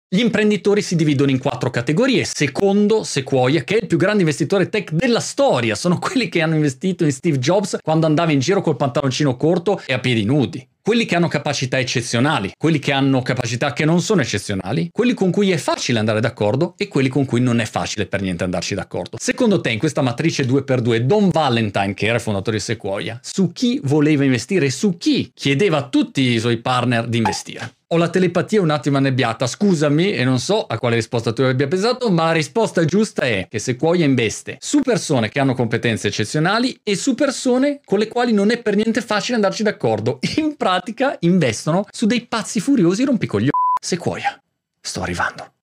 Gli imprenditori si dividono in 4 categorie, secondo Sequoia, che è il più grande investitore tech della storia. Sono quelli che hanno investito in Steve Jobs quando andava in giro col pantaloncino corto e a piedi nudi. Quelli che hanno capacità eccezionali, quelli che hanno capacità che non sono eccezionali, quelli con cui è facile andare d'accordo e quelli con cui non è facile per niente andarci d'accordo. Secondo te, in questa matrice 2x2, Don Valentine, che era il fondatore di Sequoia, su chi voleva investire e su chi chiedeva a tutti i suoi partner di investire? Ho la telepatia un attimo annebbiata, scusami, e non so a quale risposta tu abbia pensato, ma la risposta giusta è che Sequoia investe su persone che hanno competenze eccezionali e su persone con le quali non è per niente facile andarci d'accordo. In pratica investono su dei pazzi furiosi rompicoglioni. Sequoia, sto arrivando.